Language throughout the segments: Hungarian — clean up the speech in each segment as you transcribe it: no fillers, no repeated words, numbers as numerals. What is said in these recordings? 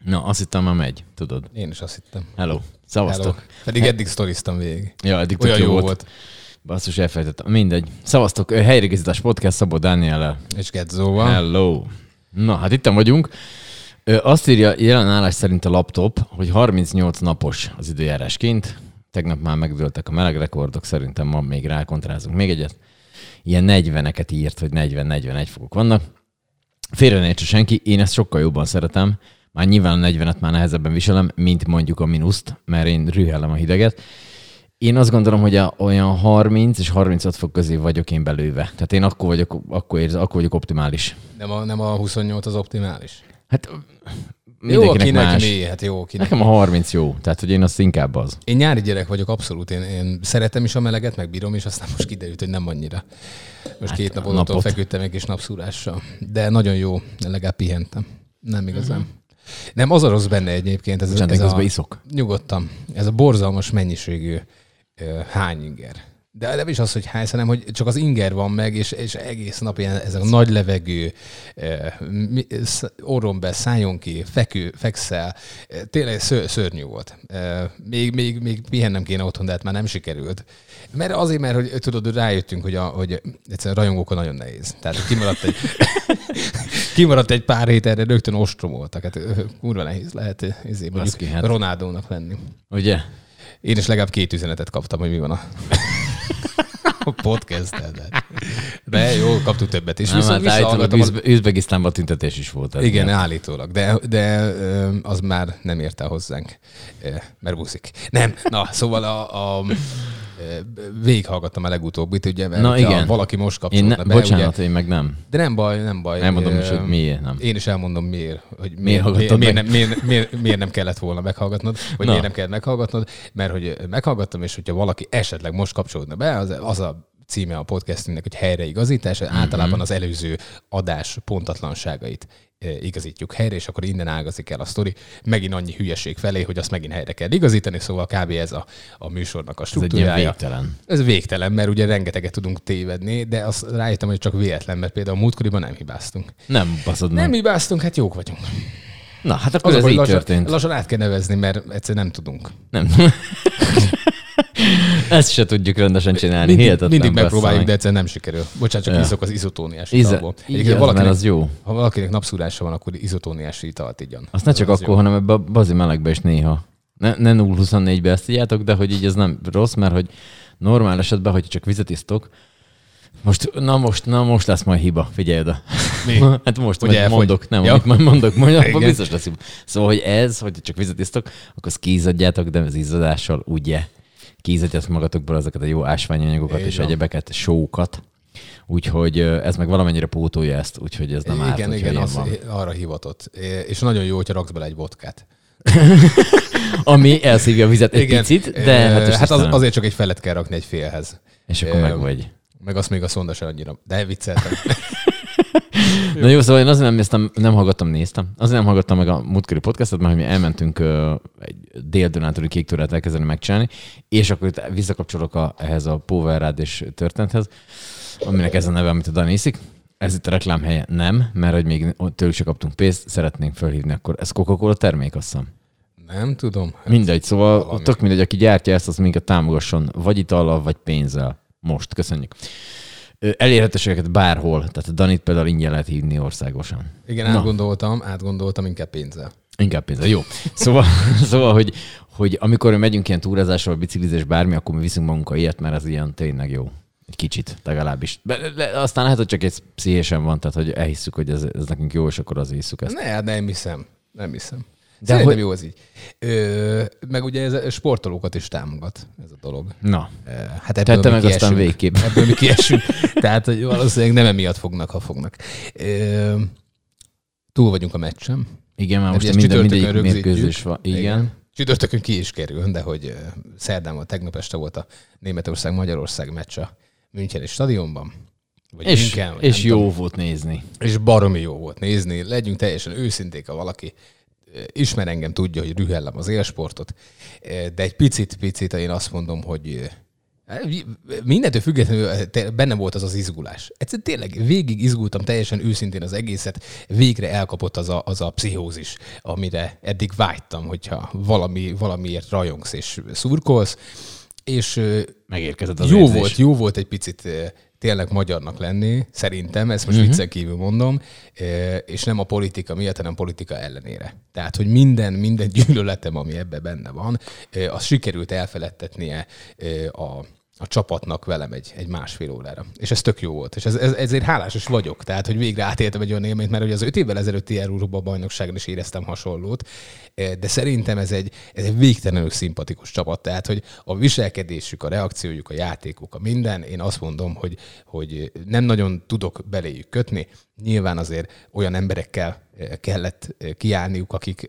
Na, azt hittem már megy, tudod. Én is azt hittem. Hello. Szavaztok. Hello. Pedig eddig sztoriztam végig. Ja, eddig olyan jó volt. Basszus, elfelejtettem. Mindegy. Szavaztok. Helyreigazítás podcast Szabó Dániellel. És Gedzóval. Hello. Na, hát itten vagyunk. Azt írja jelen állás szerint a laptop, hogy 38 napos az időjárás kint. Tegnap már megdőltek a meleg rekordok, szerintem ma még rákontrázunk még egyet. Ilyen 40-eket írt, hogy 40-41 fokok vannak. Félre ne értse senki, én ezt sokkal jobban szeretem. Már nyilván a 40-et már nehezebben viselem, mint mondjuk a minuszt, mert én rühellem a hideget. Én azt gondolom, hogy olyan 30 és 36 fok közé vagyok én belőve. Tehát én akkor vagyok optimális. Nem a 28 az optimális? Hát jó, akinek más. Mi? Hát jó, akinek nekem a 30 jó, tehát hogy én azt inkább az. Én nyári gyerek vagyok, abszolút. Én szeretem is a meleget, meg bírom, és aztán most kiderült, hogy nem annyira. Most hát 2 napot feküdtem egy kis napszúrással. De nagyon jó, legalább pihentem. Nem igazán. Uh-huh. Nem, az a rossz benne egyébként. Ez iszok. Nyugodtan. Ez a borzalmas mennyiségű hányinger. De nem is az, hogy hány, hanem hogy csak az inger van meg, és egész nap ilyen ezek a nagy levegő, orron be, szálljon ki, fekszel. Tényleg szörnyű volt. Még pihennem kéne otthon, de hát már nem sikerült. Mert hogy tudod, rájöttünk, hogy egyszerűen rajongókon nagyon nehéz. Tehát kimaradt egy pár hét, erre rögtön ostrom voltak. Hát kurva nehéz lehet mondjuk Ronaldónak lenni. Ugye? Én is legalább 2 üzenetet kaptam, hogy mi van a podcast-tel. De jó, kaptuk többet is. Nem, hát Üzbegisztánban tüntetés is volt. Igen, állítólag. De az már nem ért el hozzánk, mert buszik. Nem, na, szóval végighallgattam a legutóbbit, ugye, mert igen. Valaki most kapcsolódna be. Bocsánat, ugye, én meg nem. De nem baj. Elmondom is, hogy miért nem. Én is elmondom miért. Hogy miért nem kellett volna meghallgatnod, vagy miért nem kellett meghallgatnod, mert hogy meghallgattam, és hogyha valaki esetleg most kapcsolódna be, az a címe a podcastünknek, hogy helyreigazítás, általában az előző adás pontatlanságait igazítjuk helyre, és akkor innen ágazik el a sztori megint annyi hülyeség felé, hogy azt megint helyre kell igazítani, szóval kb. Ez a műsornak a struktúrája. Ez egy végtelen. Ez végtelen, mert ugye rengeteget tudunk tévedni, de azt rájöttem, hogy csak véletlen, mert például a múltkoriban nem hibáztunk. Nem baszod meg. Nem hibáztunk, hát jók vagyunk. Na, hát akkor ez így történt. Lassan át kell nevezni, mert egyszerűen nem tudunk. Nem. Ezt se tudjuk rendesen csinálni. Mindig megpróbáljuk, de egyszerűen nem sikerül. Bocsánat, csak iszok az izotóniás italból. Az jó. Ha valakinek napszúrása van, akkor izotóniás italt igyan. Azt ne csak akkor, jó. Hanem ebbe a bazi melegbe is néha. Ne 0-24-be ezt igyatok, de hogy így ez nem rossz, mert hogy normál esetben, hogy csak vizet isztok, most lesz majd hiba, figyelj oda. Mi? Hát most majd mondok, nem, ja. Majd mondok, akkor biztos lesz hiba. Szóval, hogy csak vizet isztok, akkor azt kízadjátok, de az izzadással ugye kízadjátok magatokból azokat a jó ásványanyagokat és egyebeket, sókat. Úgyhogy ez meg valamennyire pótolja ezt, úgyhogy ez nem árt, igen, az arra hivatott. És nagyon jó, hogyha raksz bele egy vodkát. Ami elszívja a vizet egy picit, de hát azért csak egy felet kell rakni egy félhez. És akkor meg vagy. Meg azt még a szonda se annyira. De vicceltem. Na jó, szóval én azért nem hallgattam, néztem. Azért nem hallgattam meg a múltkori podcastot, mert mi elmentünk egy dél-dunántúli kéktúrát elkezdeni megcsinálni, és akkor visszakapcsolok ehhez a Power Rád és történethez, aminek ez a neve, amit a Dani iszik. Ez itt a reklámhelye nem, mert hogy még tőlük se kaptunk pénzt, szeretnénk felhívni, akkor ez Coca-Cola termék, azt hiszem. Nem tudom. Hát mindegy, szóval tök mindegy, aki gyártja ezt, az minket támogasson, vagy itallal, vagy pénzzel. Most, köszönjük. Elérhetőségeket bárhol, tehát a Danit például ingyen lehet hívni országosan. Igen, átgondoltam inkább pénzzel. Inkább pénzzel, jó. Szóval hogy amikor megyünk ilyen túrázásra, vagy biciklizés bármi, akkor mi viszünk magunkkal ilyet, mert ez ilyen tényleg jó. Egy kicsit, legalábbis. Aztán lehet, hogy csak egy pszichésen van, tehát hogy elhisszük, hogy ez nekünk jó, és akkor azért hisszük ezt. Nem hiszem. De szerintem jó ez így. Meg ugye ez sportolókat is támogat, ez a dolog. Na. Hát ebből meg aztán végképp. Ebből mi kiesünk. Tehát hogy valószínűleg nem emiatt fognak, ha fognak. Túl vagyunk a meccsem. Igen, már most mindegyik mérkőzés van. Igen. Csütörtökön ki is kerül, de hogy szerdán volt, tegnap este volt a Németország-Magyarország meccs a Müncheni stadionban. És jó volt nézni. És baromi jó volt nézni. Legyünk teljesen őszinték, ha valaki ismer engem, tudja, hogy rühellem az élsportot, de egy picit én azt mondom, hogy Mindentől függetlenül benne volt az izgulás. Egyszerűen tényleg végig izgultam teljesen őszintén az egészet, végre elkapott az a pszichózis, amire eddig vágytam, hogyha valamiért rajongsz és szurkolsz. És megérkezett az érzés. Jó volt egy picit tényleg magyarnak lenni, szerintem, ezt most viccen kívül mondom, és nem a politika miatt, hanem politika ellenére. Tehát, hogy minden gyűlöletem, ami ebben benne van, az sikerült elfeledtetnie a csapatnak velem egy másfél órára. És ez tök jó volt. És ezért hálás is vagyok. Tehát, hogy végre átéltem egy olyan élményt, mert ugye az 5 évvel ezelőtti Európa bajnokságon is éreztem hasonlót, de szerintem ez egy végtelenül szimpatikus csapat. Tehát, hogy a viselkedésük, a reakciójuk, a játékuk, a minden, én azt mondom, hogy nem nagyon tudok beléjük kötni. Nyilván azért olyan emberekkel kellett kiállniuk, akik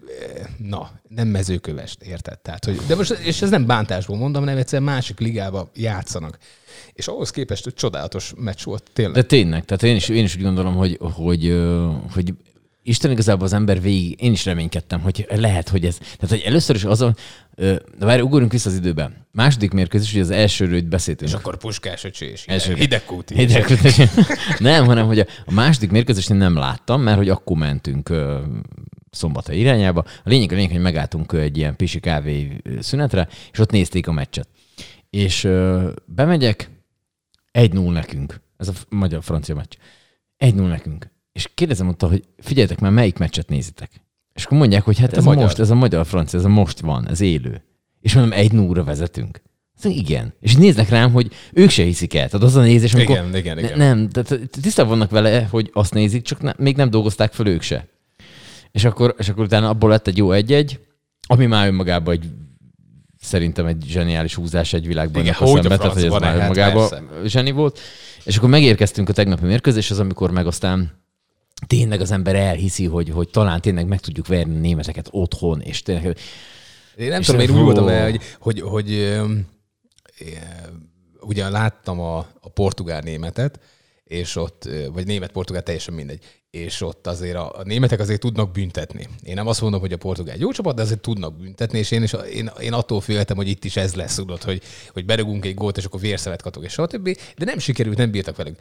nem mezőkövest, érted? Tehát, hogy, de most, és ez nem bántásból mondom, hanem egyszerűen másik ligába játszanak. És ahhoz képest, hogy csodálatos meccs volt, tényleg. De tényleg, tehát én is úgy gondolom, hogy Isten igazából az ember végig, én is reménykedtem, hogy lehet, hogy ez. Tehát, hogy először is azon, várj, ugorjunk vissza az időben. Második mérkőzés, ugye az elsőről itt beszéltünk. És akkor Puskás öcsé és Hidegkúti. Nem, hanem, hogy a második mérkőzést én nem láttam, mert hogy akkor mentünk Szombathely irányába. A lényeg, hogy megálltunk egy ilyen pisi kávé szünetre, és ott nézték a meccset. És bemegyek, 1-0 nekünk. Ez a magyar-francia meccs. 1-0 nekünk. És kérdezem ott, hogy figyeljetek már, melyik meccset nézitek? És akkor mondják, hogy hát ez a magyar-francia, ez a most van, ez élő. És mondom, 1-0-ra vezetünk. Szóval igen. És néznek rám, hogy ők se hiszik el. Tehát az a nézés, amikor... Igen. Nem, tehát tisztában vannak vele, hogy azt nézik, csak még nem dolgozták fel ők se. És akkor utána abból lett egy jó 1-1, ami már önmagában szerintem egy zseniális húzás egy világbajnokra szemben, tehát hogy ez már önmagában zseni volt. És akkor megérkeztünk a tegnapi mérkőzéshez, amikor meg aztán tényleg az ember elhiszi, hogy talán tényleg meg tudjuk verni a németeket otthon, és tényleg... Én nem tudom, én úgy voltam el, hogy ugye láttam a portugál-németet, és ott, vagy német-portugál, teljesen mindegy, és ott azért a németek azért tudnak büntetni. Én nem azt mondom, hogy a portugál jó csapat, de azért tudnak büntetni, és én attól féltem, hogy itt is ez lesz, tudod, hogy berugunk egy gólt, és akkor vérszemet katok, és stb. De nem sikerült, nem bírtak velünk.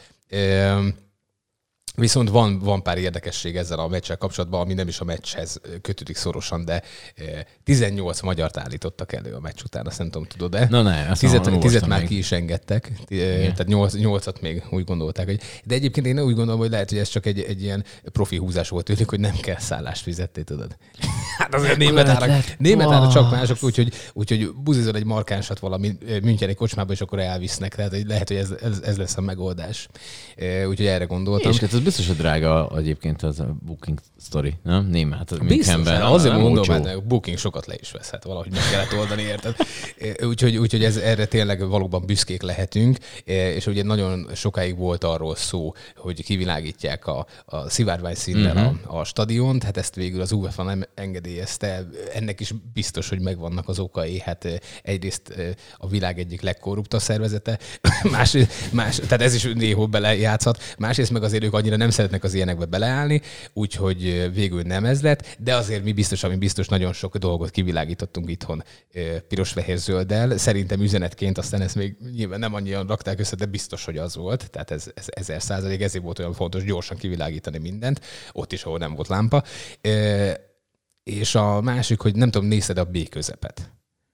Viszont van pár érdekesség ezzel a meccsel kapcsolatban, ami nem is a meccshez kötődik szorosan, de 18 magyart állítottak elő a meccs után, azt nem tudom, tudod-e? Na ne, 10 már ki is engedtek, tehát 8-at még úgy gondolták. De egyébként én úgy gondolom, hogy lehet, hogy ez csak egy ilyen profi húzás volt tőlük, hogy nem kell szállást fizetni, tudod? Hát azért német árak csak mások, úgyhogy buzizol egy markánsat valami müncheni kocsmába, és akkor elvisznek. Tehát lehet, hogy ez lesz a megoldás. Úgyhogy erre gondoltam. És ez biztos, hogy drága egyébként az a booking story, nem? Német. Biztos, azért mondom, hogy a booking sokat le is vesz, hát valahogy meg kellett oldani, érted? Úgyhogy erre tényleg valóban büszkék lehetünk, és ugye nagyon sokáig volt arról szó, hogy kivilágítják a szivárvány színnel a stadiont, hát ezt végül az UEFA nem engedélyezte, ennek is biztos, hogy megvannak az okai, hát egyrészt a világ egyik legkorruptabb szervezete, tehát ez is néhol belejátszhat, másrészt meg azért ők annyira nem szeretnek az ilyenekbe beleállni, úgyhogy végül nem ez lett, de azért ami biztos nagyon sok dolgot kivilágítottunk itthon piros-fehér-zölddel. Szerintem üzenetként, aztán ezt még nyilván nem annyian rakták össze, de biztos, hogy az volt. Tehát ez 1000%, ezért volt olyan fontos gyorsan kivilágítani mindent, ott is, ahol nem volt lámpa. És a másik, hogy nem tudom, nézted a B közepet?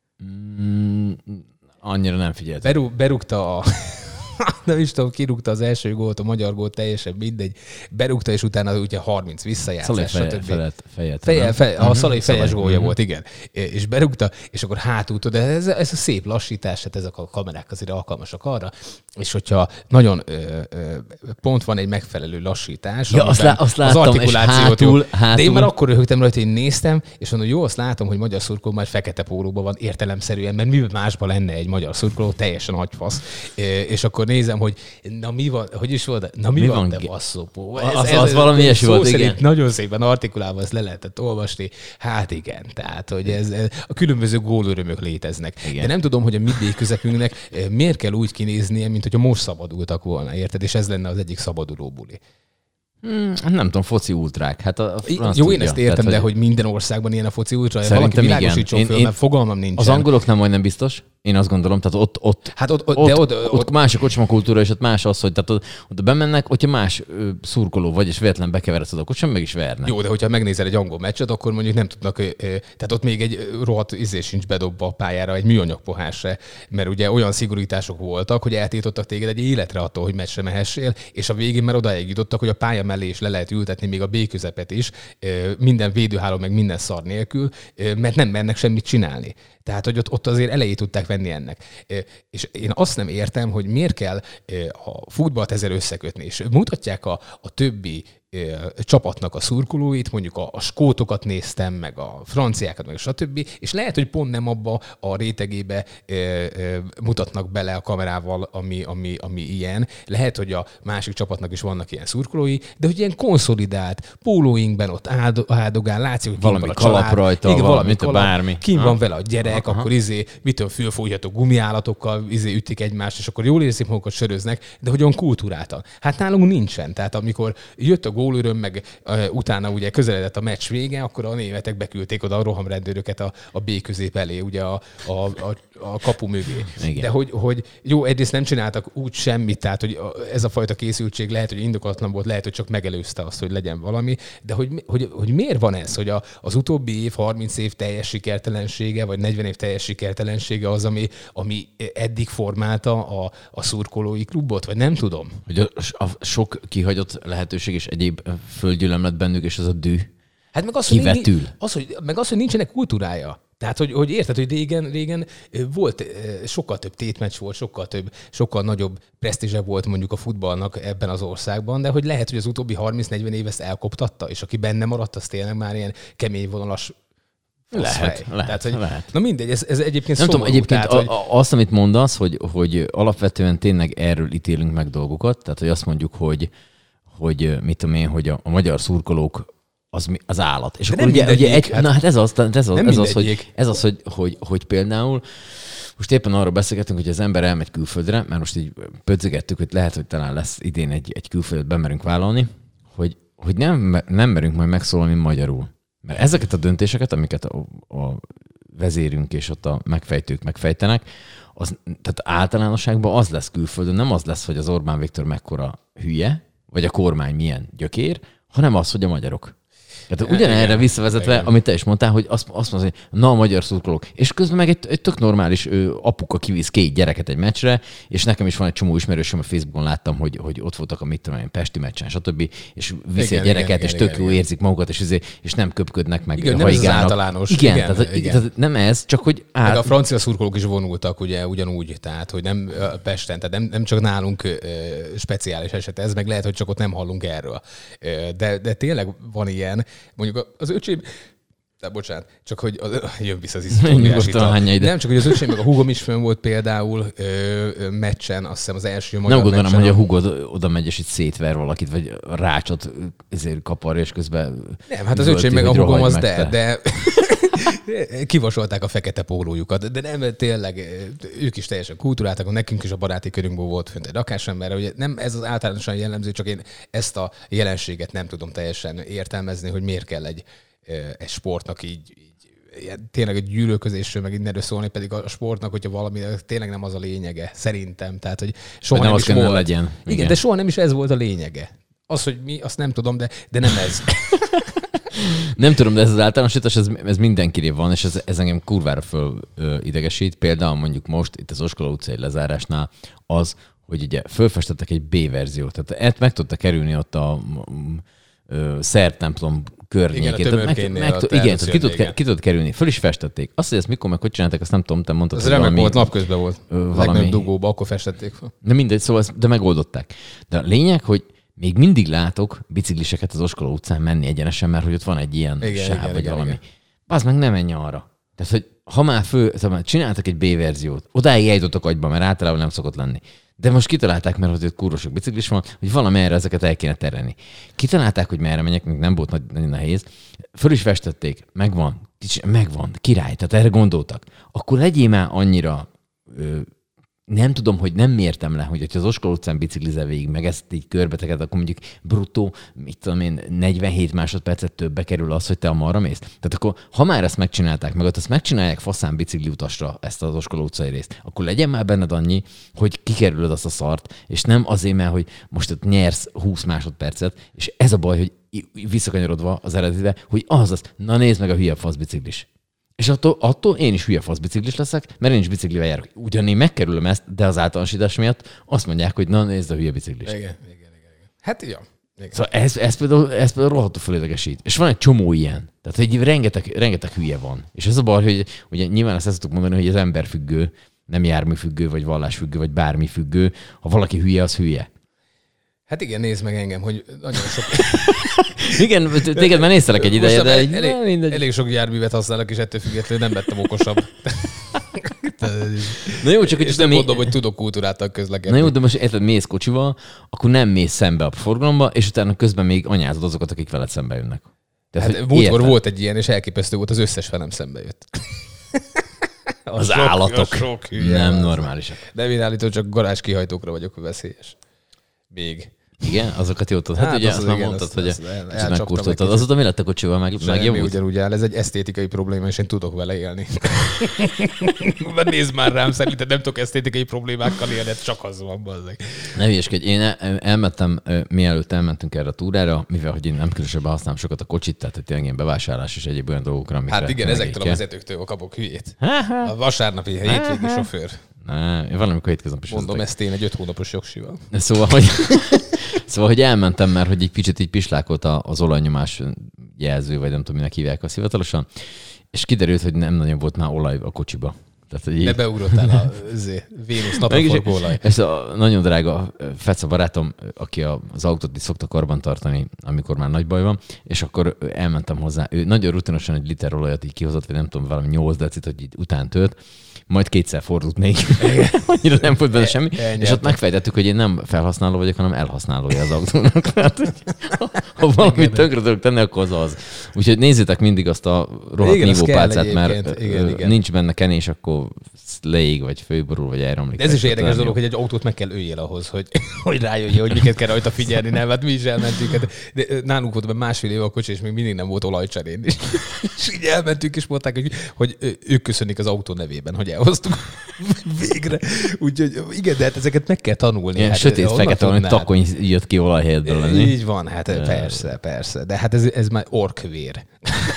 Annyira nem figyeltem. Berúgta nem is tudom, kirúgta az első gólt, a magyar gólt, teljesen mindegy. Berúgta, és utána ugye 30 visszajátszás, stb. A Szalai fejes gólja volt, igen. És berúgta, és akkor hátul, de ez a szép lassítás, hát ezek a kamerák azért alkalmasak arra, és hogyha nagyon pont van egy megfelelő lassítás, azt láttam, az artikulációt hátul. De én már akkor röhögtem rajta, hogy én néztem, és mondom, jó, azt látom, hogy magyar szurkoló már fekete pólóban van értelemszerűen, mert mivel másban lenne egy magyar szurkoló, teljesen agyfasz. És akkor nézem, hogy na mi van, hogy is volt? Na mi van, te basszópó? Az valami ilyesmi volt, igen. Nagyon szépen artikulálva ezt le lehetett olvasni. Hát igen, tehát, hogy a különböző gólörömök léteznek. Igen. De nem tudom, hogy a mi közepünknek miért kell úgy kinéznie, mint hogyha most szabadultak volna, érted? És ez lenne az egyik szabaduló buli. Nem tudom, foci ultrák. Hát jó, én ezt értem, tehát, de hogy minden országban ilyen a foci ultra. Valaki világosítson föl, mert fogalmam nincs. Az angolok nem majdnem biztos. Én azt gondolom, tehát ott más a kocsma kultúra, és ott más az, hogy tehát ott bemennek, hogyha más szurkoló vagy, és véletlen bekeveredsz a kocsma, meg is vernek. Jó, de hogyha megnézel egy angol meccset, akkor mondjuk nem tudnak, tehát ott még egy rohadt sincs bedobva a pályára, egy műanyag pohár se, mert ugye olyan szigorítások voltak, hogy eltiltottak téged egy életre attól, hogy meccsre mehessél, és a végén már odáig jutottak, hogy a pálya mellé is le lehet ültetni még a B közepet is, minden védőháló meg minden szar nélkül, mert nem mernek semmit csinálni. Tehát, hogy ott azért elejét tudták venni ennek. És én azt nem értem, hogy miért kell a futballt ezzel összekötni. És mutatják a többi csapatnak a szurkolóit, mondjuk a skótokat néztem, meg a franciákat, meg a stb. És lehet, hogy pont nem abba a rétegébe mutatnak bele a kamerával, ami ilyen. Lehet, hogy a másik csapatnak is vannak ilyen szurkolói, de hogy ilyen konszolidált pólóinkben ott áldogál, látszik, hogy valami kalap rajta, igen, valami bármi. Kim van vele a gyerek, akkor mitől fölfújhatok gumiállatokkal, ütik egymást, és akkor jól érzik magukat, söröznek, de hogy olyan kultúráltan. Hát nálunk nincsen. Tehát amikor jött a gólöröm, meg utána ugye közeledett a meccs vége, akkor a németek beküldték oda a rohamrendőröket a B közép elé, ugye a kapu mögé. Igen. De hogy jó, egyrészt nem csináltak úgy semmit, tehát hogy ez a fajta készültség lehet, hogy indokolatlan volt, lehet, hogy csak megelőzte azt, hogy legyen valami, de hogy miért van ez, hogy az utóbbi év, 30 év teljes sikertelensége, vagy 40 év teljes sikertelensége az, ami eddig formálta a szurkolói klubot, vagy nem tudom. Hogy a sok kihagyott lehetőség és egyéb földgyűlöm bennük, és az a düh hát meg kivetül. Meg az, hogy nincsenek kultúrája. Tehát, hogy érted, hogy régen volt sokkal több tétmeccs volt, sokkal nagyobb presztízse volt mondjuk a futballnak ebben az országban, de hogy lehet, hogy az utóbbi 30-40 év ezt elkoptatta, és aki benne maradt, az tényleg már ilyen kemény vonalas lehet. Tehát, hogy, lehet. Na mindegy, ez egyébként nem tudom, egyébként azt, amit mondasz, hogy alapvetően tényleg erről ítélünk meg dolgokat, tehát hogy azt mondjuk, hogy mit tudom én, hogy a magyar szurkolók az állat. És de akkor ez az, hogy például most éppen arról beszélgetünk, hogy az ember elmegy külföldre, mert most így pödzegettük, hogy lehet, hogy talán lesz idén egy külföldet bemerünk vállalni, hogy nem merünk majd megszólalni magyarul. Mert ezeket a döntéseket, amiket a vezérünk és ott a megfejtők megfejtenek, tehát általánosságban az lesz külföldön, nem az lesz, hogy az Orbán Viktor mekkora hülye, vagy a kormány milyen gyökér, hanem az, hogy a magyarok. Tehát ugyanerre visszavezetve, amit te is mondtál, hogy azt mondod, hogy na a magyar szurkolók. És közben meg egy tök normális apuka kivisz 2 gyereket egy meccsre, és nekem is van egy csomó ismerősöm, a Facebookon láttam, hogy ott voltak a pesti meccsen, stb. És viszi a gyereket, és tök jó érzik magukat, és nem köpködnek meg, igen, haigálnak. Tehát nem ez, csak hogy meg a francia szurkolók is vonultak ugye ugyanúgy, tehát hogy nem Pesten, tehát nem csak nálunk speciális eset ez, meg lehet, hogy csak ott nem hallunk erről. De tényleg van ilyen. Mondjuk az öcsém, de bocsánat, csak hogy jön vissza az isztóriás ital. Nem, csak hogy az öcsém meg a húgom is fönn volt például meccsen, azt hiszem az első magyar meccsen. Nem gondolom, hogy a húgod oda megy és itt szétver valakit, vagy a rácsot ezért kapar, és közben... Nem, hát az öcsém meg a húgom az de kivasolták a fekete pólójukat, de nem, tényleg ők is teljesen kultúráltak, nekünk is a baráti körünkből volt fönt egy rakásember, ugye nem ez az általánosan jellemző, csak én ezt a jelenséget nem tudom teljesen értelmezni, hogy miért kell egy sportnak így tényleg egy gyűlölkezésről meg innen szólni, pedig a sportnak, hogyha valami tényleg nem az a lényege, szerintem. Tehát, hogy soha nem is volt. Legyen. Igen, de soha nem is ez volt a lényege. Az, hogy mi, azt nem tudom, de nem ez. Nem tudom, de ez az általánosítás, ez mindenkire van, és ez engem kurvára föl idegesít. Például mondjuk most itt az Oskola utcai lezárásnál az, hogy ugye fölfestettek egy B-verziót. Tehát meg tudta kerülni ott a Szertemplom környékén. Igen, ki tudott kerülni. Föl is festették. Azt, hogy ezt mikor meg hogy csinálták, azt nem tudom, te mondtad. Ez remek volt, napközben volt. Legnagyobb dugóba, akkor festették fel. De mindegy, szóval de megoldották. De a lényeg, hogy még mindig látok bicikliseket az Oskola utcán menni egyenesen, mert hogy ott van egy ilyen sáv, vagy valami. Az meg nem menj arra. Tehát, hogy ha már csináltak egy B-verziót, odáig eljutottak agyba, mert általában nem szokott lenni. De most kitalálták, mert hogy ott kurva sok biciklis van, hogy valamerre ezeket el kéne terelni. Kitalálták, hogy merre menjek, még nem volt nagyon nehéz. Föl is festették, megvan, király, tehát erre gondoltak. Akkor legyél már annyira nem tudom, hogy nem mértem le, hogy az Oskol utcán biciklizel végig, meg ezt így körbeteked, akkor mondjuk bruttó, mit tudom én, 47 másodpercet többbe kerül az, hogy te amarra mész. Tehát akkor, ha már ezt megcsinálták, meg ott azt megcsinálják faszán bicikliutasra ezt az Oskol utcai részt, akkor legyen már benned annyi, hogy kikerülöd azt a szart, és nem azért, mert hogy most ott nyersz 20 másodpercet, és ez a baj, hogy visszakanyarodva az eredetire, hogy na nézd meg a hülye faszbiciklis. És attól én is hülye faszbiciklis leszek, mert én is biciklivel járok. Ugyan én megkerülöm ezt, de az általánosítás miatt azt mondják, hogy na nézd a hülye biciklis. Igen. Hát ja. Igen. Szóval ez például rohadtul fölélegesít. És van egy csomó ilyen. Tehát egy rengeteg hülye van. És ez a baj, hogy ugye nyilván ezt tudtuk mondani, hogy az emberfüggő, nem járműfüggő, vagy vallásfüggő, vagy bármi függő. Ha valaki hülye, az hülye. Hát igen, nézd meg engem, hogy nagyon sok... Igen, téged már néztelek egy ideje, de elég sok járművet használok, és ettől függetlenül nem lettem okosabb. Na jó, csak és nem mondom, hogy tudok kultúráltan közlekedni. Na jó, de most érted, mész kocsival, akkor nem mész szembe a forgalomba, és utána közben még anyázod azokat, akik veled szembe jönnek. Hát múltkor volt egy ilyen, és elképesztő volt, az összes velem szembe jött. Az állatok nem normálisak. Nem én állítom, csak garázs kihajtókra vagyok veszélyes. Még. Igen, azokat jól tudod. Hát ugye azt már mondtad, hogy megkóstoltad. Azóta mi lett a kocsival? Megjavult? Ugyanúgy áll, ez egy esztétikai probléma, és én tudok vele élni. De nézd már rám, szerinted nem tudok esztétikai problémákkal élni, csak az van, bazzeg. Ne hülyeskedj, én elmentem, mielőtt elmentünk erre a túrára, mivel hogy én nem különösebben használom sokat a kocsit, tehát tényleg ilyen bevásárlás és egyéb olyan dolgokra, amikre... Hát igen, ezektől a vezetőktől kapok hülyét. A vasárnapi hétvégi sofőr. Én valamikor hétköznap is mondom ezt én egy 5 hónapos jogsival. Szóval, hogy elmentem, mert hogy egy kicsit így pislákolt az olajnyomás jelző, vagy nem tudom, minek hívják azt hivatalosan, és kiderült, hogy nem nagyon volt már olaj a kocsiba. De beugrottál a Vénusz napraforgó olaj. Ez a nagyon drága Feca barátom, aki az autót is szokta karbantartani, amikor már nagy baj van, és akkor elmentem hozzá. Ő nagyon rutinosan egy liter olajat így kihozott, vagy nem tudom, valami 8 decit, hogy így utántölt, majd kétszer fordult még. Annyira nem volt benne semmi. És ott megfejtettük, hogy én nem felhasználó vagyok, hanem elhasználója az autónak. Tehát, ha valamit tönkre tudok tenni, akkor az. Úgyhogy nézzétek mindig azt a rohadt nívópálcát, mert igen. Nincs benne kenés, akkor leég, vagy főborul, vagy elromlik. Ez is érdekes dolog, hogy egy autót meg kell öljél ahhoz, hogy rájöjjön, hogy miket kell rajta figyelni. Nem, hát mi is elmentünk. De nálunk volt be 1,5 éve a kocsi, és még mindig nem volt olajcserén. És így elmentünk, és mondták, hogy ők köszönik az autó nevében, hogy elhoztuk végre. Úgyhogy igen, de hát ezeket meg kell tanulni. Ilyen hát, sötét-fekete, hogy takony jött ki olajhelyedről lenni. Így van, hát persze. De hát ez már orkvér.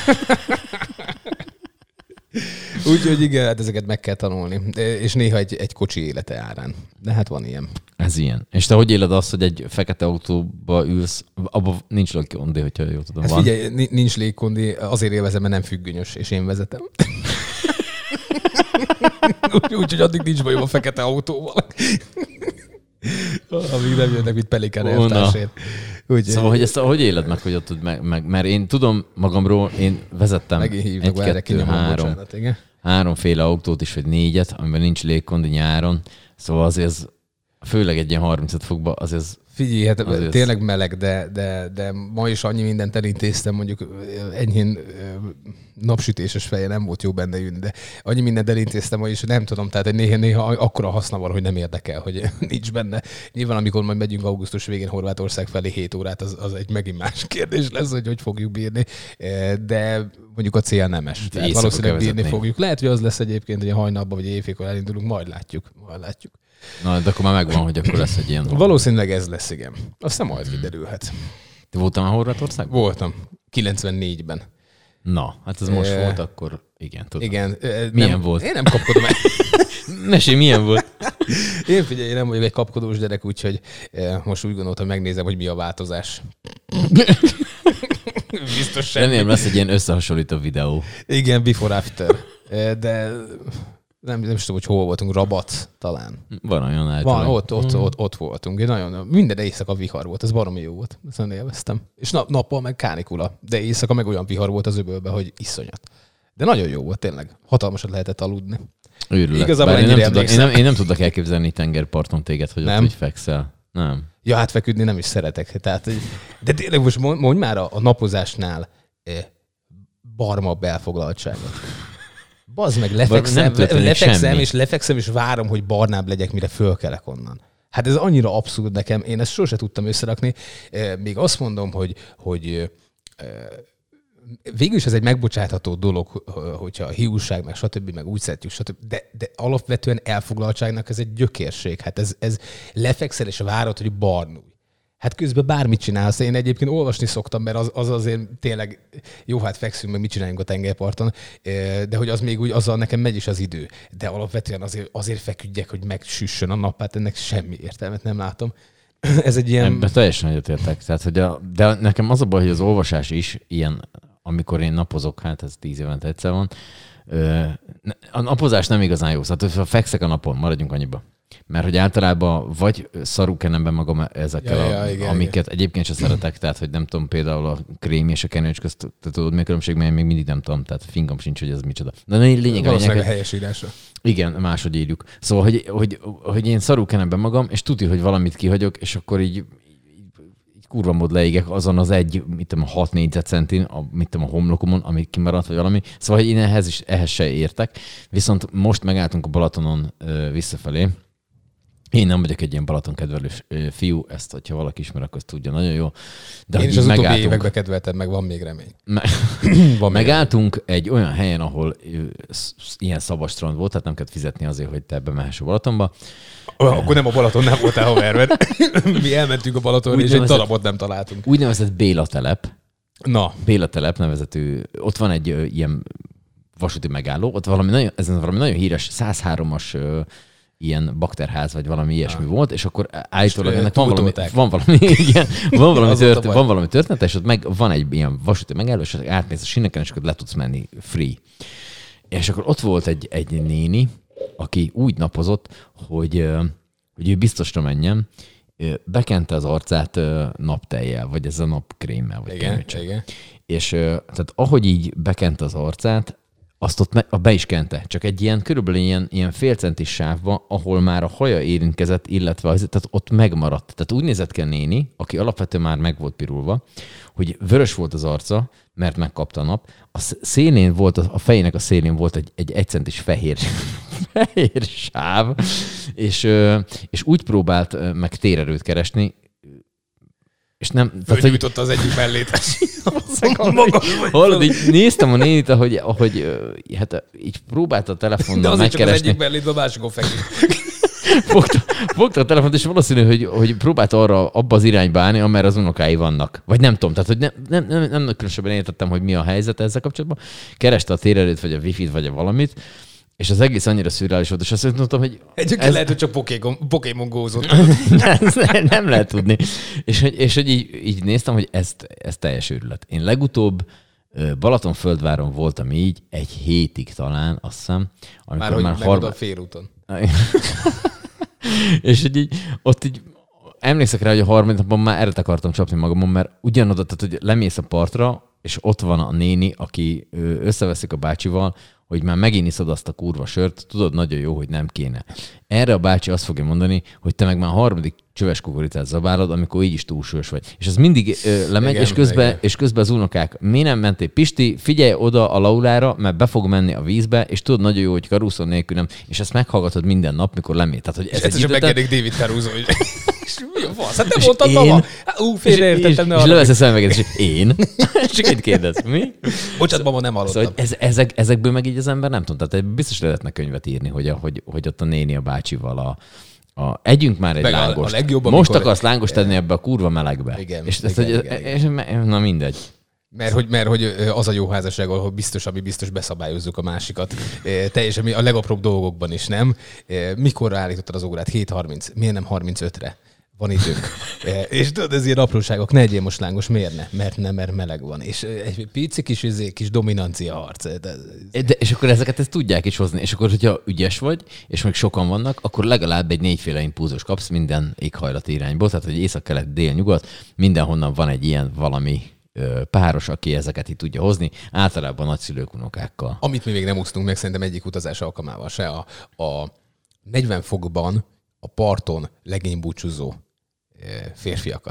Úgyhogy igen, hát ezeket meg kell tanulni. És néha egy kocsi élete árán. De hát van ilyen. Ez ilyen. És te hogy éled azt, hogy egy fekete autóba ülsz, abban nincs légkondi, hogyha jól tudom. Van. Figyelj, nincs légkondi, azért élvezem, mert nem függönyös, és én vezetem. Úgyhogy addig nincs bajom a fekete autóval. Amíg nem jönnek, mint Pelikán elvtársért. Szóval, hogy ezt hogy éled meg, hogy ott tud meg? Mert én tudom magamról, én vezettem 3 autót is, vagy 4, amiben nincs légkondi nyáron. Szóval azért főleg egy ilyen 35 fokban azért... Figyelj, hát azért tényleg meleg, de ma is annyi mindent elintéztem, mondjuk enyhén napsütéses feje nem volt jó benne jönni, de annyi mindent elintéztem ma is, nem tudom, tehát néha akkora haszna van, hogy nem érdekel, hogy nincs benne. Nyilván, amikor majd megyünk augusztus végén Horvátország felé 7 órát, az egy megint más kérdés lesz, hogy fogjuk bírni, de mondjuk a cél nemes. Tehát valószínűleg bírni fogjuk. Lehet, hogy az lesz egyébként, hogy a hajnalban vagy éjfélkor elindulunk, majd látjuk. Na, de akkor már megvan, hogy akkor lesz egy ilyen. Valószínűleg ez lesz, igen. Aztán majd kiderülhet. Te voltál már Horvátországban? Voltam. 94-ben. Na, hát ez most volt, akkor igen, tudom. Igen. Milyen volt? Én nem kapkodom el. Mesélj, milyen volt? Én figyelj, én nem vagyok egy kapkodós gyerek, úgyhogy most úgy gondoltam, megnézem, hogy mi a változás. Biztos semmi. Remélem lesz egy ilyen összehasonlító videó. Igen, before after. De... Nem is tudom, hogy hol voltunk, Rabat talán. Van olyan általában. Van, ott voltunk. Nagyon, minden éjszaka vihar volt, ez baromi jó volt. Ezt nagyon élveztem. És nappal meg kánikula, de éjszaka meg olyan vihar volt az öbölben, hogy iszonyat. De nagyon jó volt tényleg. Hatalmasat lehetett aludni. Őrület. Igazából én nem tudok elképzelni tengerparton téged, hogy nem. Ott úgy fekszel. Nem. Ja, hát feküdni nem is szeretek. Tehát, de tényleg most mondj már a napozásnál barmabb elfoglaltságot. Bazd meg, lefekszem, és várom, hogy barnább legyek, mire fölkelek onnan. Hát ez annyira abszurd nekem, én ezt sose tudtam összerakni. Még azt mondom, hogy végül is ez egy megbocsátható dolog, hogyha a hiúság, meg stb., meg úgy szeretjük, stb., de alapvetően elfoglaltságnak ez egy gyökérség. Hát ez lefekszel és várod, hogy barnulj. Hát közben bármit csinálsz. Én egyébként olvasni szoktam, mert az azért tényleg jó, hát fekszünk, meg mit csináljunk a tengerparton, de hogy az még úgy, azzal nekem megy is az idő. De alapvetően azért feküdjek, hogy megsüssön a nap, hát ennek semmi értelmet nem látom. Ez egy ilyen... Ebben teljesen egyetértek. Tehát, de nekem az a baj, hogy az olvasás is ilyen, amikor én napozok, hát ez 10 évente egyszer van, a napozás nem igazán jó. Szóval, ha fekszek a napon, maradjunk annyiba. Mert hogy általában vagy szarul kenem be magam ezekkel, amiket egyébként sem szeretek, tehát hogy nem tudom, például a krém és a kenőcs közt, tudod, mi a különbség, mert én még mindig nem tudom, tehát fingom sincs, hogy ez micsoda. De lényeg a helyes írása. Igen, máshogy írjuk. Szóval, hogy én szarul kenem be magam, és tudja, hogy valamit kihagyok, és akkor így kurva mód leégek azon az mit tudom, 6 négyzetcentin, a homlokomon, ami kimaradt, vagy valami. Szóval, hogy én ehhez se értek. Viszont most megálltunk a Balatonon visszafelé. Én nem vagyok egy ilyen Balaton kedvelős fiú, ezt, hogyha valaki ismer, akkor tudja nagyon jó. De én is az utóbbi években kedveltem, meg van még remény. Megálltunk egy olyan helyen, ahol ilyen szabad strand volt, tehát nem kellett fizetni azért, hogy te bemehess a Balatonba. Akkor nem a Balatonnál voltál, haver. Mi elmentünk a Balatonra, és egy darabot nem találtunk. Úgynevezett Béla telep. Na. Béla telep nevezetű. Ott van egy ilyen vasúti megálló, ott valami nagyon híres 103-as ilyen bakterház, vagy valami ilyesmi volt, és akkor állítólag ennek van valami történet, és ott van egy ilyen vasúti megálló, és átmész a síneken, és akkor le tudsz menni free. És akkor ott volt egy néni, aki úgy napozott, hogy ő biztosra menjen, bekente az arcát naptejjel, vagy ez a napkrémmel, vagy igen. És tehát ahogy így bekente az arcát, azt ott be is kente, csak egy ilyen körülbelül ilyen félcentis sávba, ahol már a haja érintkezett, illetve tehát ott megmaradt. Tehát úgy nézett ki a néni, aki alapvetően már meg volt pirulva, hogy vörös volt az arca, mert megkapta a nap. A szélén volt, a fejének a szélén volt egy 1 centis fehér sáv, és úgy próbált meg térerőt keresni, és nem... Fölgyújtotta az egyik mellét. Hallod, így néztem a nénit, ahogy hát így próbálta a telefonnal megkeresni. De azért csak az egyik mellét, a másikon feküdt. Fogta a telefont, és valószínű, hogy próbálta abba az irányba állni, amerre az unokái vannak. Vagy nem tudom, tehát hogy nem különösebben értettem, hogy mi a helyzet ezzel kapcsolatban. Kereste a térerőt, vagy a wifi-t, vagy a valamit, és az egész annyira szürreális volt, és azt mondtam, hogy... Egyébként lehet, hogy csak Pokémon gózott. Nem lehet tudni. És hogy így néztem, hogy ez teljes őrület. Én legutóbb Balatonföldváron voltam így, 1 hétig talán, azt hiszem. Már a félúton. És hogy így, ott így emlékszek rá, hogy a 3. napon már erre akartam csapni magamon, mert ugyanoda, tehát hogy lemész a partra, és ott van a néni, aki összeveszik a bácsival, hogy már megint iszod azt a kurva sört, tudod, nagyon jó, hogy nem kéne. Erre a bácsi azt fogja mondani, hogy te meg már a 3. csöves kukoricát zabálod, amikor így is túlsős vagy. És az mindig lemegy, igen, és közben az unokák, mi nem mentél? Pisti, figyelj oda a Laurára, mert be fog menni a vízbe, és tudod, nagyon jó, hogy Caruso nélkül nem, és ezt meghallgatod minden nap, mikor lemél. Tehát, hogy ez egy megjelenik David Caruso, hogy mi a fasz? Hát nem mondtad mama? Félreértettem, ne arra. És levesz a szemüveget, és én? Csak így kérdez. Mi? Bocsánat, mama, nem hallottam. Szóval ezekből meg így az ember nem tud. Tehát biztos lehetne könyvet írni, hogy ott a néni a bácsival együnk már egy meg lángost. Most akarsz lángost tenni ebbe a kurva melegbe. Igen. És na mindegy. Mert hogy az a jó házasság, ahol biztos beszabályozzuk a másikat. Teljesen a legapróbb dolgokban is, nem? Mikor állítottad az órát? 7:30. Miért nem 35-re? Van időnk. És tudod, ez ilyen apróságok, ne egyél most lángos, miért ne? Mert meleg van. És egy pici kis dominancia harc. És akkor ezt tudják is hozni. És akkor, hogyha ügyes vagy, és még sokan vannak, akkor legalább egy 4-féle impulzus kapsz minden éghajlati irányból. Tehát, hogy észak-kelet, dél-nyugat, mindenhonnan van egy ilyen valami páros, aki ezeket így tudja hozni, általában nagyszülők, unokákkal. Amit mi még nem úsztunk meg, szerintem egyik utazás alkalmával se. A 40 fokban a parton legénybúcsúzó férfiakat.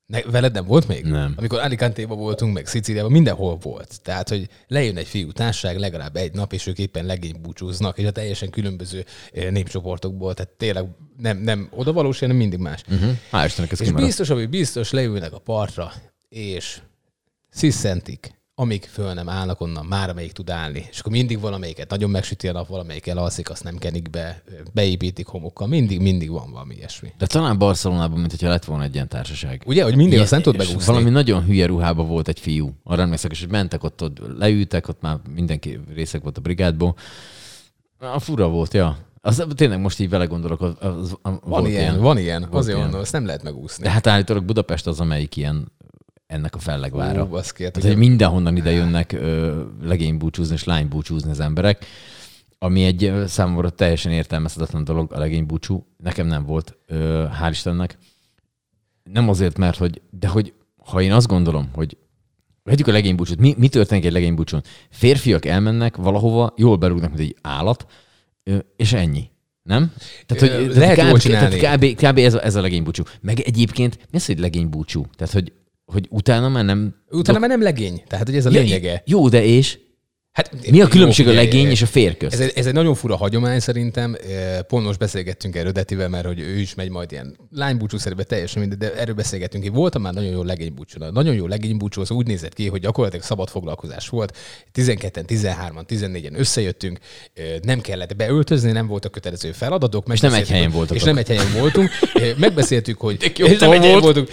Veled nem volt még? Nem. Amikor Alicante-ban voltunk, meg Szicíliában, mindenhol volt. Tehát, hogy lejön egy fiú társaság legalább egy nap, és ők éppen legénybúcsúznak, és a teljesen különböző népcsoportokból, tehát tényleg nem odavalós, hanem mindig más. Hál' Istennek ez és kimaradt. biztos, ami biztos, leülnek a partra, és sziszentik, amíg föl nem állnak onnan, már amelyik tud állni. És akkor mindig valamelyiket nagyon megsüti a nap, valamelyik elalszik, azt nem kenik be, beépítik homokkal, mindig van valami ilyesmi. De talán Barcelonában, mint hogyha lett volna egy ilyen társaság. Ugye, hogy mindig azt nem tud megúszni. Valami nagyon hülye ruhában volt egy fiú. Arra emlékszek, és hogy mentek ott leültek, ott már mindenki részek volt a brigádból. A fura volt, ja. Az, tényleg most így vele gondolok. Van ilyen. Azért mondom, azt nem lehet megúszni. De hát állítólag Budapest az, amelyik ilyen ennek a fellegvára. Tehát, hogy mindenhonnan ide jönnek legénybúcsúzni és lánybúcsúzni az emberek, ami egy számomra teljesen értelmezhetetlen dolog, a legénybúcsú. Nekem nem volt, hál' Istennek. Nem azért, mert hogy ha én azt gondolom, hogy vegyük a legénybúcsút, mi történik egy legénybúcsún? Férfiak elmennek valahova, jól berúgnak, mint egy állat, és ennyi. Nem? Tehát, hogy lehet jól csinálni. Kb. Ez a legénybúcsú. Meg egyébként mi az, hogy legénybúcsú? Tehát, hogy utána már nem... Utána már nem legény. Tehát, hogy ez a lényege. Jó, de és? Hát, mi a különbség a legény és a fér közt? Ez egy nagyon fura hagyomány szerintem. Pont most beszélgettünk erről Detivel, mert hogy ő is megy majd ilyen lánybúcsúszerűen, teljesen minden, de erről beszélgettünk. Én voltam már nagyon jó legénybúcsú. Nagyon jó legénybúcsú, az úgy nézett ki, hogy gyakorlatilag szabad foglalkozás volt. 12-en, 13-an, 14-en összejöttünk, nem kellett beöltözni, nem voltak kötelező feladatok. És nem egy helyen voltunk. És nem egy helyen voltunk. Megbeszéltük, hogy... És nem egy helyen voltunk.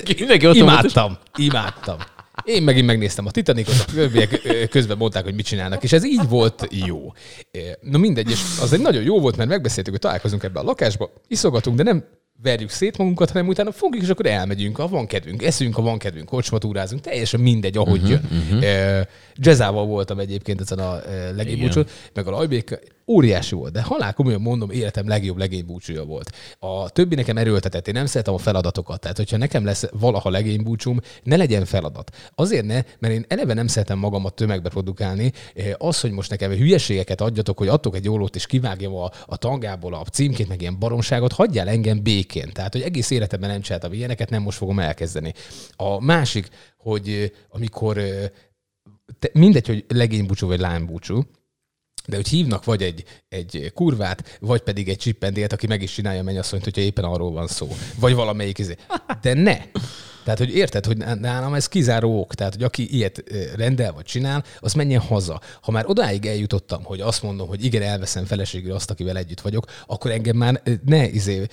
Imádtam. Én megint megnéztem a Titanicot, a többiek közben mondták, hogy mit csinálnak, és ez így volt jó. Na mindegy, és az egy nagyon jó volt, mert megbeszéltük, hogy találkozunk ebbe a lakásba, iszogatunk, de nem verjük szét magunkat, hanem utána fogjuk, és akkor elmegyünk, ha van kedvünk, eszünk, ha van kedvünk, kocsmatúrázunk, teljesen mindegy, ahogy jön. Jazzával voltam egyébként ezen a legénybúcsún, meg a Lajbék óriási volt, de halál komolyan mondom, életem legjobb legénybúcsúja volt. A többi nekem erőltetett, én nem szeretem a feladatokat, tehát hogyha nekem lesz valaha legénybúcsúm, ne legyen feladat. Azért ne, mert én eleve nem szeretem magamat tömegbe produkálni. Az, hogy most nekem hülyeségeket adjatok, hogy adtok egy ólót és kivágjam a tangából a címkét, meg ilyen baromságot, hagyjál engem békén. Tehát, hogy egész életemben nem csináltam ilyeneket, nem most fogom elkezdeni. A másik, hogy amikor mindegy, hogy legénybúcsú vagy lánybúcsú, de hogy hívnak vagy egy kurvát, vagy pedig egy csippendélt, aki meg is csinálja a mennyasszonyt, hogyha éppen arról van szó. Vagy valamelyik De ne! Tehát, hogy érted, hogy nálam ez kizáró ok. Tehát, hogy aki ilyet rendel vagy csinál, az menjen haza. Ha már odáig eljutottam, hogy azt mondom, hogy igen, elveszem feleségül azt, akivel együtt vagyok, akkor engem már ne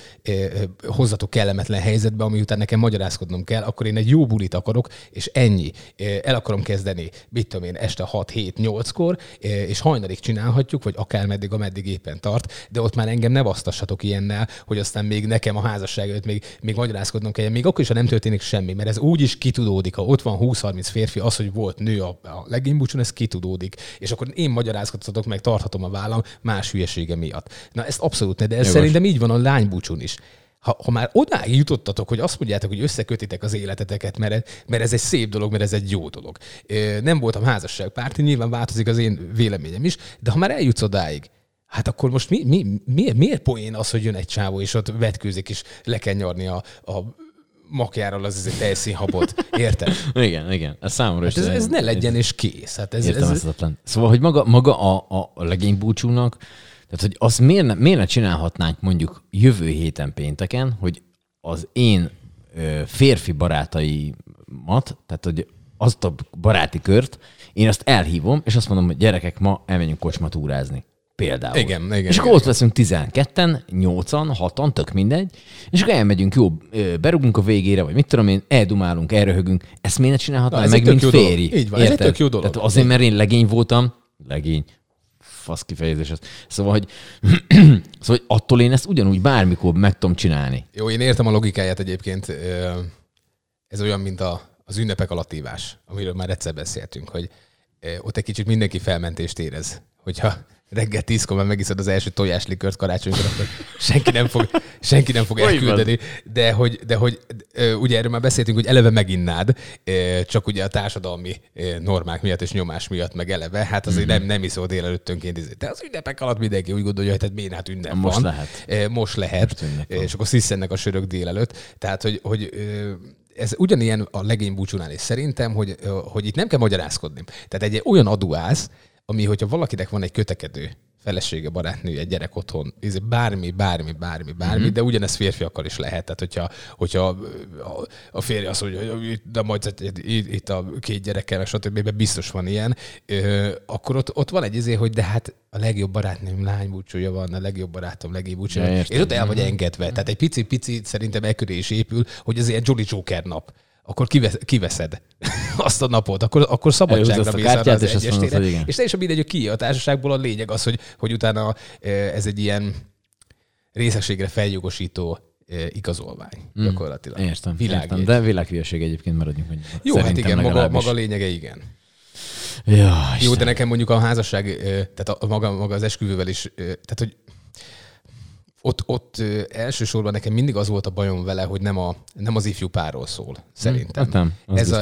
hozzatok kellemetlen helyzetbe, ami után nekem magyarázkodnom kell, akkor én egy jó bulit akarok, és ennyi. El akarom kezdeni, mit tudom én, este 6-7-8-kor, és hajnalig csinálhatjuk, vagy akármeddig, ameddig éppen tart, de ott már engem ne basztassatok ilyennel, hogy aztán még nekem a házasság előtt még magyarázkodnom kell, még akkor is, ha nem történik semmi, mert ez úgy is kitudódik, ha ott van 20-30 férfi, az, hogy volt nő a legénybúcsún, ez kitudódik. És akkor én magyarázkodhatok, meg tarthatom a vállam más hülyesége miatt. Na ezt abszolút ne, de ez szerintem így van a lánybúcsún is. Ha már odáig jutottatok, hogy azt mondjátok, hogy összekötitek az életeteket, mert ez egy szép dolog, mert ez egy jó dolog. Nem voltam házasságpárti, nyilván változik az én véleményem is, de ha már eljutsz odáig, hát akkor most miért poén az, hogy jön egy csávó, és ott vetkőzik, és le kell nyarni a makjáról az egy tejszínhabot. Érted? Igen. Ez számomra hát ez ne legyen, és kész. Hát értelmezhetetlen. Szóval, hogy maga a legénybúcsúnak, tehát, hogy azt miért ne csinálhatnánk mondjuk jövő héten pénteken, hogy az én férfi barátaimat, tehát, hogy azt a baráti kört, én azt elhívom, és azt mondom, hogy gyerekek, ma elmenjünk kocsmatúrázni. Például. Igen. És akkor ott leszünk 12-en, 8-an, 6-an, tök mindegy, és akkor elmegyünk, jó, berugunk a végére, vagy mit tudom én, eldumálunk, elröhögünk. Ezt miért ne csinálhatnám meg, mint féri? Így van, ez egy tök jó dolog. Tehát azért, mert én legény voltam, fasz kifejezés az. Szóval, hogy attól én ezt ugyanúgy bármikor meg tudom csinálni. Jó, én értem a logikáját egyébként. Ez olyan, mint az ünnepek alatt ívás, amiről már egyszer beszéltünk, hogy ott egy kicsit mindenki felmentést érez. Hogyha reggel 10-kor már megiszod az első tojáslikört karácsonykor, akkor senki nem fog elküldeni. De hogy ugye erről már beszéltünk, hogy eleve meginnád, csak ugye a társadalmi normák miatt és nyomás miatt meg eleve, hát azért nem iszol délelőttönként. De az ünnepek alatt mindenki úgy gondolja, hogy hát miért, hát ünnep van. Most lehet. És akkor sziszennek a sörök délelőtt. Tehát, hogy ez ugyanilyen a legénybúcsúnál is szerintem, hogy itt nem kell magyarázkodni. Tehát egy olyan adóász, ami, hogyha valakinek van egy kötekedő felesége, barátnője, gyerek otthon, bármi, de ugyanez férfiakkal is lehet. Tehát, hogyha a férj azt mondja, hogy de majd itt a 2 gyerekkel, stb. Biztos van ilyen, akkor ott van egy hogy de hát a legjobb barátnőm lánybúcsúja van, a legjobb barátom legénybúcsúja van, és ott el vagy engedve. Tehát egy pici szerintem ekköré is épül, hogy ez ilyen Jolly Joker nap. Akkor kiveszed azt a napot, akkor szabadságra mész arra az egyestére. És teljesen mindegy, hogy ki a társaságból, a lényeg az, hogy utána ez egy ilyen részességre feljogosító igazolvány gyakorlatilag. Értem. De világhülyeség egyébként, maradjunk meg. Jó, hát igen, maga lényege igen. Ja, jó, de nekem mondjuk a házasság, tehát maga az esküvővel is, tehát hogy ott elsősorban nekem mindig az volt a bajom vele, hogy nem az ifjú párról szól, szerintem. Hát nem,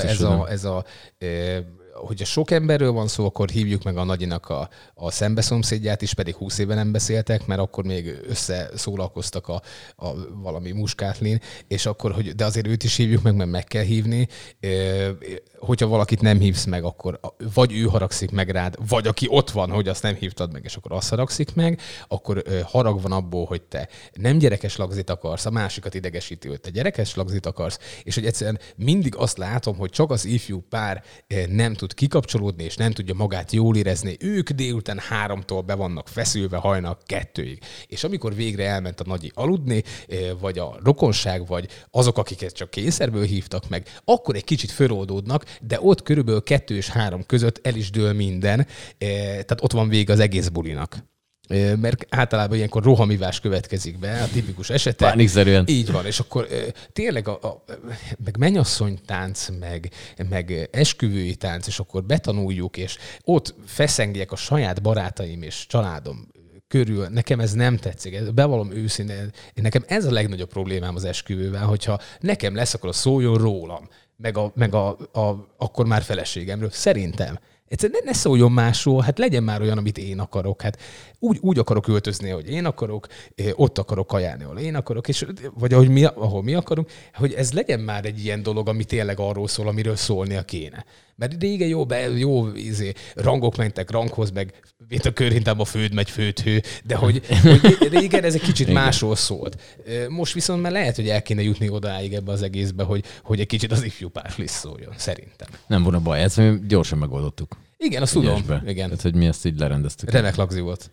hogyha sok emberről van szó, akkor hívjuk meg a nagyinak a szembeszomszédját is, pedig 20 éve nem beszéltek, mert akkor még összeszólalkoztak a valami muskátlin, és akkor, de azért őt is hívjuk meg, mert meg kell hívni. Hogyha valakit nem hívsz meg, akkor vagy ő haragszik meg rád, vagy aki ott van, hogy azt nem hívtad meg, és akkor azt haragszik meg, akkor harag van abból, hogy te nem gyerekes lagzit akarsz, a másikat idegesíti, hogy te gyerekes lagzit akarsz, és hogy egyszerűen mindig azt látom, hogy csak az ifjú pár nem tud kikapcsolódni, és nem tudja magát jól érezni. Ők délután 3-tól be vannak feszülve hajnal 2-ig. És amikor végre elment a nagyi aludni, vagy a rokonság, vagy azok, akiket csak kényszerből hívtak meg, akkor egy kicsit föloldódnak, de ott körülbelül 2 és 3 között el is dől minden, tehát ott van vége az egész bulinak. Mert általában ilyenkor rohamivás következik be, a tipikus esete. Pánikszerűen. Így van, és akkor tényleg meg mennyasszonytánc, meg esküvői tánc, és akkor betanuljuk, és ott feszengjek a saját barátaim és családom körül. Nekem ez nem tetszik. Bevallom őszintén, nekem ez a legnagyobb problémám az esküvővel, hogyha nekem lesz, akkor szóljon rólam, meg akkor már feleségemről. Szerintem. Egyszerűen ne szóljon másról, hát legyen már olyan, amit én akarok. Hát úgy akarok öltözni, hogy én akarok, ott akarok kajálni, ahol én akarok, és, vagy ahol mi akarunk, hogy ez legyen már egy ilyen dolog, ami tényleg arról szól, amiről szólnia kéne. Mert régen jó rangok mentek ranghoz, meg mint a körhintám a főd megy főthő, de hogy régen ez egy kicsit másról szólt. Most viszont már lehet, hogy el kéne jutni odáig ebbe az egészbe, hogy egy kicsit az ifjú párslis szóljon, szerintem. Nem volna baj, ezt mi gyorsan megoldottuk. Igen, azt tudom. Igen. Tehát, hogy mi ezt így lerendeztük. Remek lagzi volt.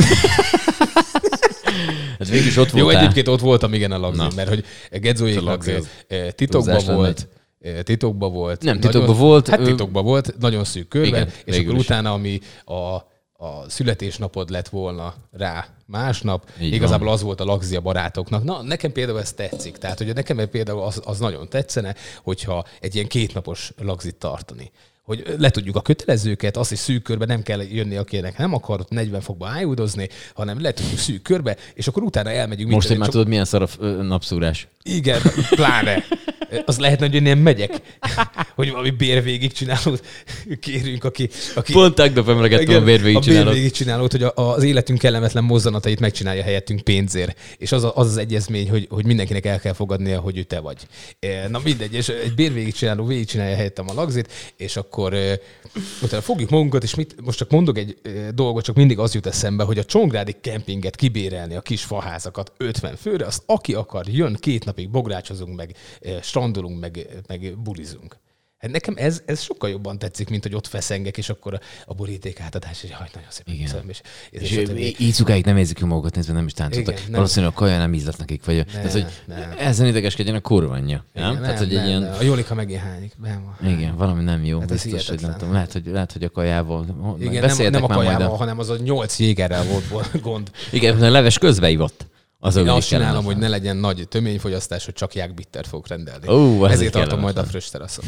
Ez végig is ott voltál. Jó, egyébként ott voltam, igen, a lagzi, mert hogy Gedzóéknak titokban volt. Titokban volt. Nem, titokban volt. Hát titokban volt, nagyon szűk körben, igen, és akkor utána, ami a születésnapod lett volna rá másnap, így igazából van. Az volt a lagzi a barátoknak. Na, nekem például ez tetszik. Tehát, hogy nekem például az nagyon tetszene, hogyha egy ilyen 2 napos lagzit tartani. Hogy letudjuk a kötelezőket, azt is szűk körbe nem kell jönni, akinek nem akar 40 fokba ájúdozni, hanem letudjuk szűk körbe, és akkor utána elmegyünk. Most én már tudod, milyen szar a napszúrás. Igen, pláne. Az lehetne, hogy én ilyen megyek, hogy valami bérvégigcsinálót kérünk, aki... Pont tegnap emlegettem a bérvégigcsinálót. A bérvégigcsinálót, hogy az életünk kellemetlen mozzanatait megcsinálja helyettünk pénzért. És az egyezmény, hogy mindenkinek el kell fogadnia, hogy ő te vagy. Na mindegy, és egy bérvégigcsináló végigcsinálja helyettem a lagzit, és akkor utána fogjuk magunkat, és most csak mondok egy dolgot, csak mindig az jut eszembe, hogy a csongrádi kempinget kibérelni, a kis faházakat 50 főre, azt aki akar, jön 2 napig, bográcsozunk meg, strandolunk, meg bulizunk. Hát nekem ez sokkal jobban tetszik, mint hogy ott feszengek, és akkor a boríték átadás, és nagyon szépen köszönöm. És így szukáig nem érzik magukat nézve, nem is táncoltak. Valószínűleg a kaja nem ízlett nekik, vagy tehát, hogy ezen idegeskedjen a kurvanya. Tehát, hogy egy ilyen... A Jólika megint hányik. Igen, valami nem jó. Hát biztos, hogy nem tudom. Lehet, hogy a kajával igen, nem a kajával, hanem az a 8 jégerrel volt gond. Igen, a leves közbe ivott. Én azt csinálom, hogy ne legyen nagy töményfogyasztás, hogy csak jágbittert fogok rendelni. Ezért tartom majd a frös teraszon.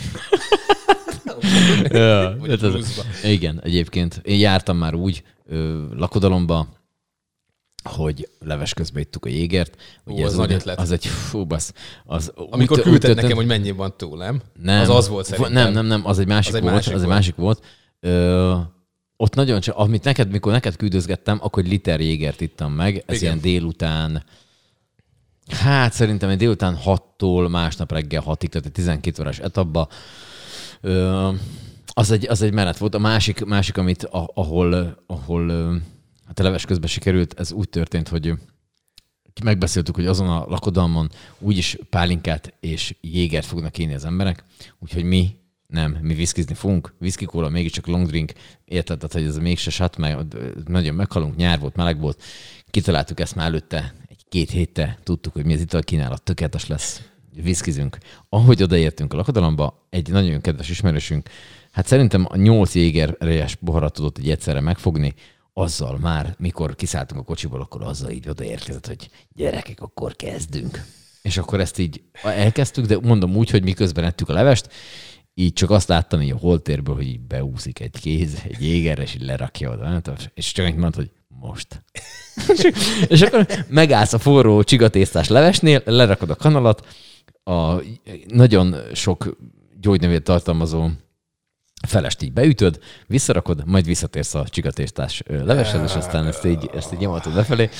Igen, egyébként. Én jártam már úgy lakodalomba, hogy leves közben ittuk a jégert. Ugye az nagy ötlet. Az egy basz. Amikor küldted nekem, hogy mennyi van túl, nem? Az volt szerintem. Nem, az egy másik volt. Ott nagyon csak, mikor neked küldözgettem, akkor egy liter jégert ittam meg. Ez igen. Ilyen délután Hát szerintem egy délután 6-tól másnap reggel 6-ig, tehát egy 12 órás etapba. Az egy menet volt. A másik amit, ahol hát a leves közben sikerült, ez úgy történt, hogy megbeszéltük, hogy azon a lakodalmon úgyis pálinkát és jégert fognak kínni az emberek, úgyhogy mi viszkizni fogunk. Whisky, kóla, mégiscsak long drink, érted, tehát, hogy ez mégse sat, nagyon meghalunk, nyár volt, meleg volt. Kitaláltuk ezt már előtte, 2 héttel tudtuk, hogy mi az italkínálat, tökéletes lesz, viszkizünk. Ahogy odaértünk a lakodalomba, egy nagyon kedves ismerősünk, hát szerintem a 8 jégerres boharat tudott egy egyszerre megfogni, azzal már, mikor kiszálltunk a kocsiból, akkor azzal így odaérkezett, hogy gyerekek, akkor kezdünk. És akkor ezt így elkezdtük, de mondom úgy, hogy miközben ettük a levest, így csak azt láttam így a holtérből, hogy így beúszik egy kéz, egy jégerre, és így lerakja oda. És csak annyit mondta, hogy most. És akkor megállsz a forró csigatésztás levesnél, lerakod a kanalat, a nagyon sok gyógynövényt tartalmazó felest így beütöd, visszarakod, majd visszatérsz a csigatésztás leveshez, és aztán ezt így nyomatod befelé.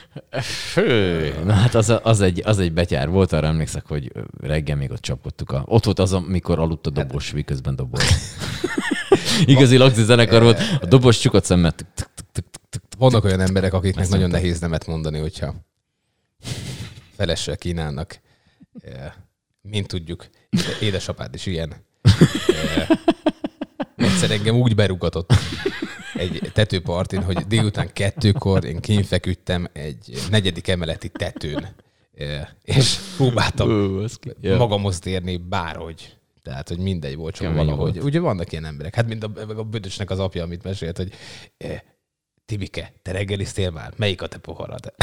Na hát az egy betyár volt, arra emlékszek, hogy reggel még ott csapkodtuk. Ott volt az, amikor aludt a dobos, miközben dobolt. Igazi lagzi zenekar volt, a dobos csukott szemmel. Vannak olyan emberek, akiknek nagyon nehéz nemet mondani, hogyha felessel kínálnak. Mint tudjuk, édesapád is ilyen. Egyszer engem úgy berúgatott egy tetőpartin, hogy délután 2-kor én kínfeküdtem egy 4. emeleti tetőn, és próbáltam magamhoz térni bárhogy. Tehát, hogy mindegy volt, csak valahogy. Ugye vannak ilyen emberek. Hát mint a Bödösnek az apja, amit mesélt, hogy Tibike, te reggeliztél már? Melyik a te poharad?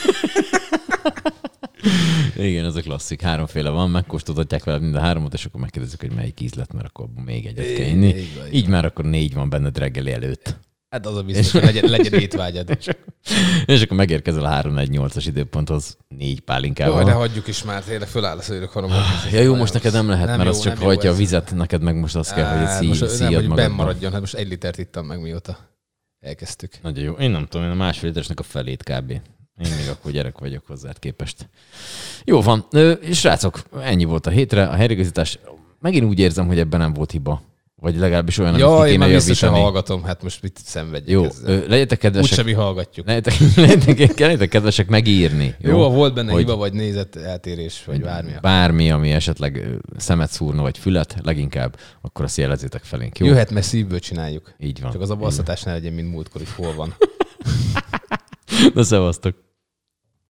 Igen, ez a klasszik. 3-féle van, megkóstoltatják vele mind a 3-ot, és akkor megkérdezzük, hogy melyik ízlet, mert akkor még egyet kell inni. Így már akkor 4 van benned reggeli előtt. Hát az a biztos, hogy legyen étvágyad. És akkor megérkezel a 3-4-8-as időponthoz 4 pálinkával. De hagyjuk is már, tényleg föláll a szőrök haromot. Ja jó, most neked nem lehet, mert az csak hajtja a vizet, neked meg most az kell, hogy szíjad magadban. Benn maradjon, hát most 1 litert ittam meg, mióta elkezdtük. Nagyon jó. Én nem tudom, én a 1,5 literesnek a felét kb. Én még akkor gyerek vagyok hozzád képest. Jó van. Srácok, ennyi volt a hétre. A helyreigazítás. Megint úgy érzem, hogy ebben nem volt hiba. Vagy legalábbis olyan, amit ki kéne javítani. Én már biztosan hallgatom. Hát most mit szenvedjek jó, ezzel. Legyetek kedvesek. Úgyse mi hallgatjuk. Legyetek kedvesek megírni. Jó, volt benne hiba, vagy nézet eltérés, vagy bármi. Bármi, ami esetleg szemet szúrna, vagy fület, leginkább, akkor azt jelezzétek felénk. Jó? Jöhet, mert szívből csináljuk. Így van. Csak az a basszatás ne legyen, mint múltkor, hogy hol van. Na szevasztok.